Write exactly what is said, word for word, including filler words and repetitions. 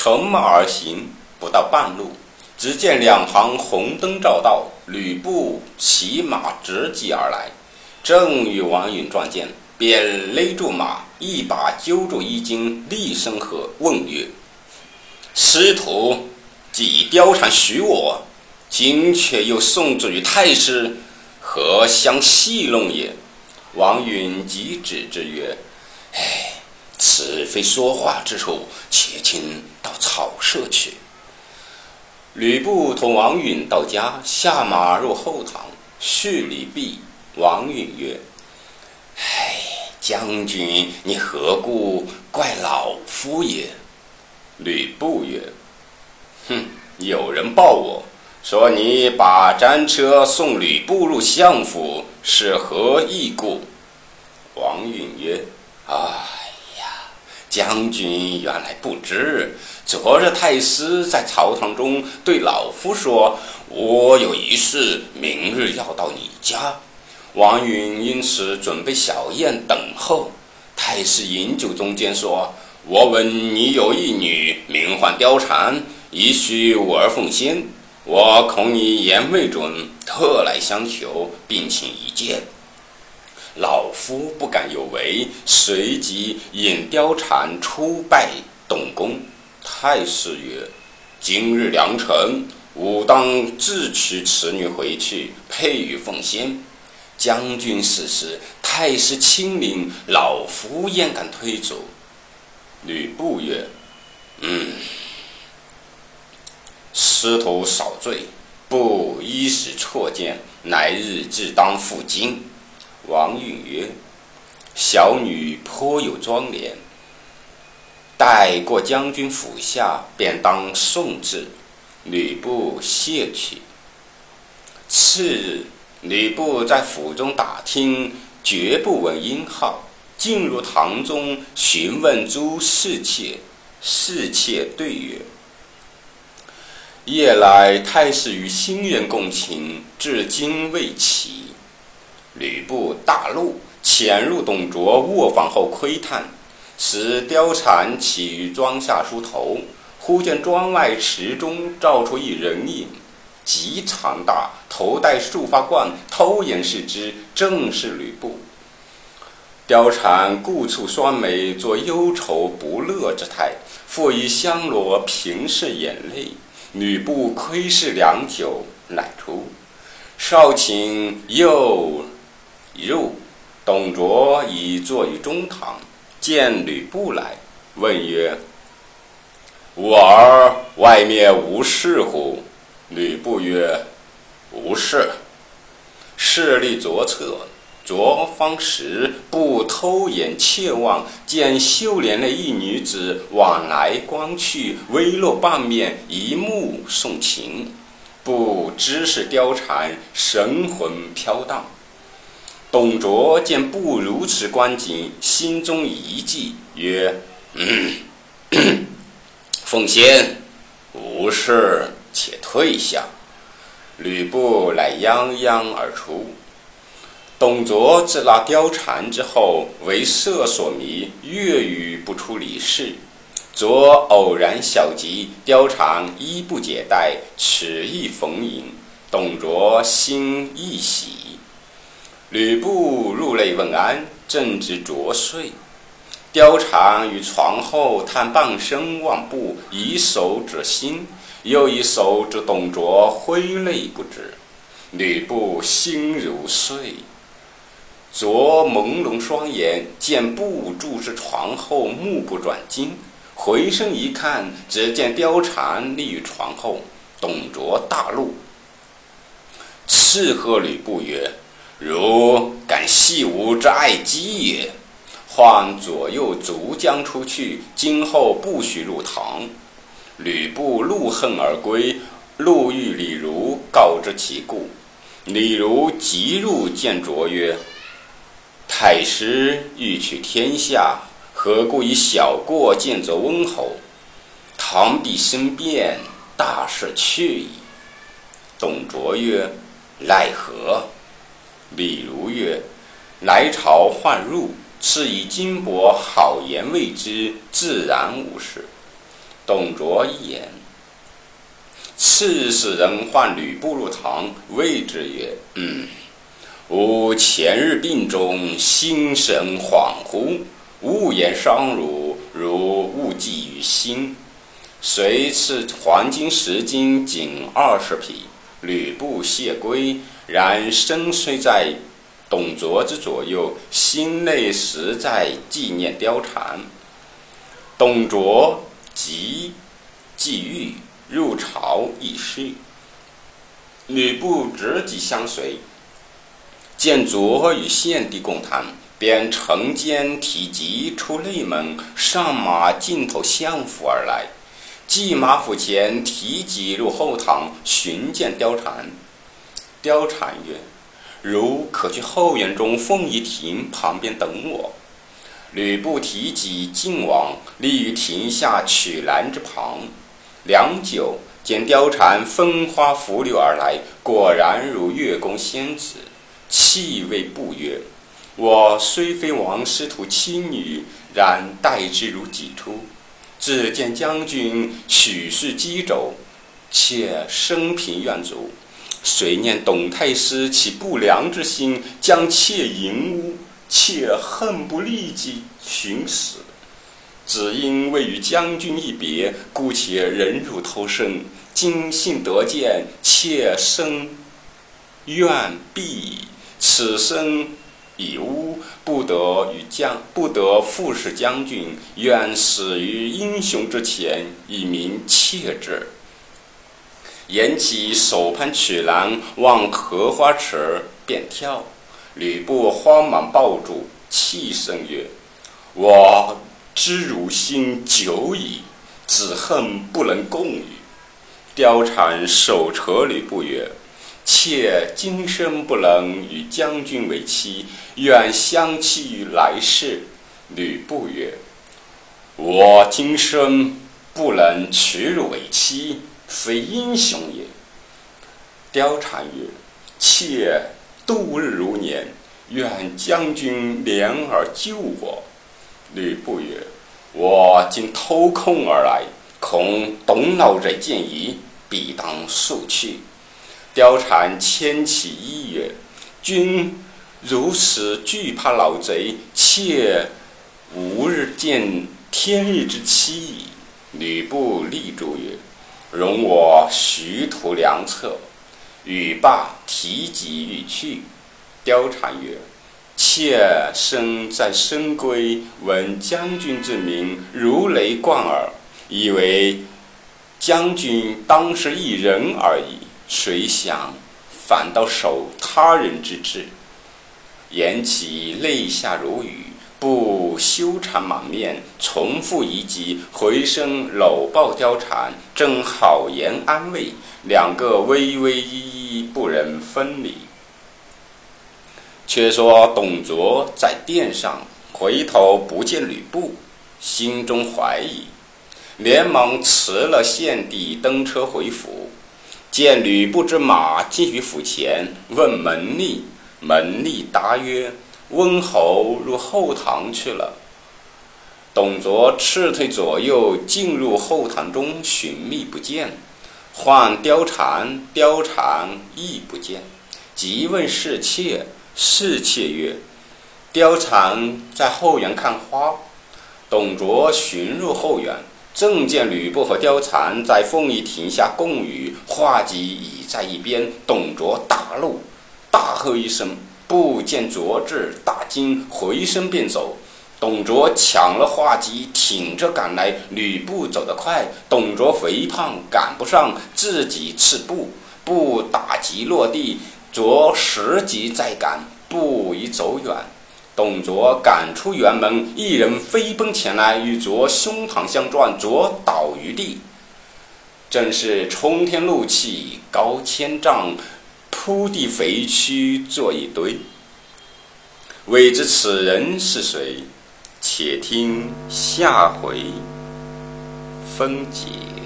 乘马而行，不到半路，只见两行红灯照道，吕布骑马直击而来，正与王允撞见，便勒住马，一把揪住衣襟，厉声喝问曰：师徒既以貂蝉许我，今却又送之于太师，何相戏弄也？王允即止之曰：哎，此非说话之处，且请到草舍去。吕布同王允到家，下马入后堂，叙礼毕。王允曰：哎，将军，你何故怪老夫也？吕布曰：哼，有人报我说你把战车送吕布入相府，是何意故？王允曰：哎呀，将军原来不知，昨日太师在朝堂中对老夫说，我有一事，明日要到你家。王允因此准备小宴等候。太师饮酒中间说，我闻你有一女，名唤貂蝉，宜许我儿奉先，我恐你言未准，特来相求，并请一见。老夫不敢有违，随即引貂蝉出拜董公。太师曰：今日良辰，吾当自取此女回去，配与奉先。将军死时，太师亲临，老夫焉敢推阻？吕布曰：嗯，师徒少罪，不一时错见，乃日自当负荆。王允曰：小女颇有庄廉，待过将军府下，便当送至。吕布谢去。次日，吕布在府中打听，绝不闻音号，进入堂中，询问诸侍妾。侍妾对曰：夜来太师与新人共寝，至今未起。吕布大怒，潜入董卓卧房后窥探，使貂蝉起于庄下梳头，忽见庄外池中照出一人影，极长大，头戴束发冠，偷眼视之，正是吕布。貂蝉顾蹙双眉，作忧愁不乐之态，复以香罗平拭眼泪。吕布窥视良久，乃出。少顷又入，董卓已坐于中堂，见吕布来，问曰：吾儿外面无事乎？吕布曰：无事。势力左侧，左方时，不偷眼切望，见秀帘内一女子往来光去，微露半面，一目送情。不知是貂蝉，神魂飘荡。董卓见不如此光景，心中一计，曰：嗯，奉先，无事，且退下。吕布乃泱泱而出。董卓自拉貂蝉之后，为色所迷，越语不出理事。昨偶然小疾，貂蝉衣不解带，齿意逢迎，董卓心亦喜。吕布入内问安，正值着睡。貂蝉于床后探半生望步，一手指心，又一手指董卓，挥泪不止。吕布心如碎。昨朦胧双眼，见布注视床后，目不转睛，回身一看，只见貂蝉立于床后。董卓大怒，斥喝吕布曰：汝敢戏吾之爱姬也！唤左右卒将出去，今后不许入堂。吕布怒恨而归，路遇李儒，告知其故。李儒即入见卓曰：太师欲取天下，何故以小过见责温侯？堂必生变，大事去矣。董卓曰：奈何？李儒曰：来朝唤入，赐以金帛，好言谓之，自然无事。 董卓一言。刺史人唤吕布入堂，谓之曰：“嗯，吾前日病中，心神恍惚，误言伤汝，如误记于心。遂赐黄金十斤，锦二十匹。”吕布谢归，然身虽在董卓之左右，心内实在纪念貂蝉。董卓即既愈，入朝议事。吕布执戟相随，见卓与献帝共谈，便乘间提戟出内门，上马径投相府而来。骑马府前，提戟入后堂，寻见貂蝉。貂蝉曰：“汝可去后园中凤仪亭旁边等我。”吕布提戟进往，立于亭下曲栏之旁。良久，见貂蝉风花拂柳而来，果然如月宫仙子，气味不曰：“我虽非王师徒妻女，然待之如己出。只见将军许是击肘，且生平愿足。遂念董太师其不良之心，将妾淫污，妾恨不立即寻死。只因为与将军一别，故且忍辱偷生。今幸得见，妾生愿必此生已污，不得与将不得复使将军，愿死于英雄之前，以明妾之。”言起手攀曲栏，望荷花池便跳。吕布慌忙抱住，泣声曰：“我知汝心久矣，只恨不能共语。”貂蝉手扯吕布曰：“妾今生不能与将军为妻，愿相弃于来世。”吕布曰：“我今生不能娶汝为妻，非英雄也。”貂蝉曰：“妾度日如年，愿将军怜而救我。”吕布曰：“我今偷空而来，恐董老贼见疑，必当速去。”貂蝉牵起衣曰：“君如此惧怕老贼，妾无日见天日之期矣。”吕布立住曰：“容我徐图良策。”语罢，提戟欲去。貂蝉曰：“妾身在深闺，闻将军之名，如雷贯耳，以为将军当是一人而已，谁想反倒守他人之志。”言起泪下如雨，不羞惭满面，重复一击，回身搂抱貂蝉，正好言安慰，两个微微依依，不忍分离。却说董卓在殿上回头不见吕布，心中怀疑，连忙辞了献帝，登车回府。见吕布之马进于府前，问门吏，门吏答曰：“温侯入后堂去了。”董卓斥退左右，进入后堂中寻觅不见，唤貂蝉，貂蝉亦不见，即问侍妾，侍妾曰：“貂蝉在后园看花。”董卓寻入后园，正见吕布和貂蝉在凤仪亭下共语，画戟已在一边。董卓大怒，大喝一声，不见卓至，大惊，回身便走。董卓抢了画戟，挺着赶来。吕布走得快，董卓肥胖，赶不上，自己刺步，步打戟落地，卓拾戟再赶，步已走远。董卓赶出辕门，一人飞奔前来，与卓胸膛相撞，卓倒于地。正是冲天怒气高千丈，铺地肥躯作一堆。未知此人是谁？且听下回分解。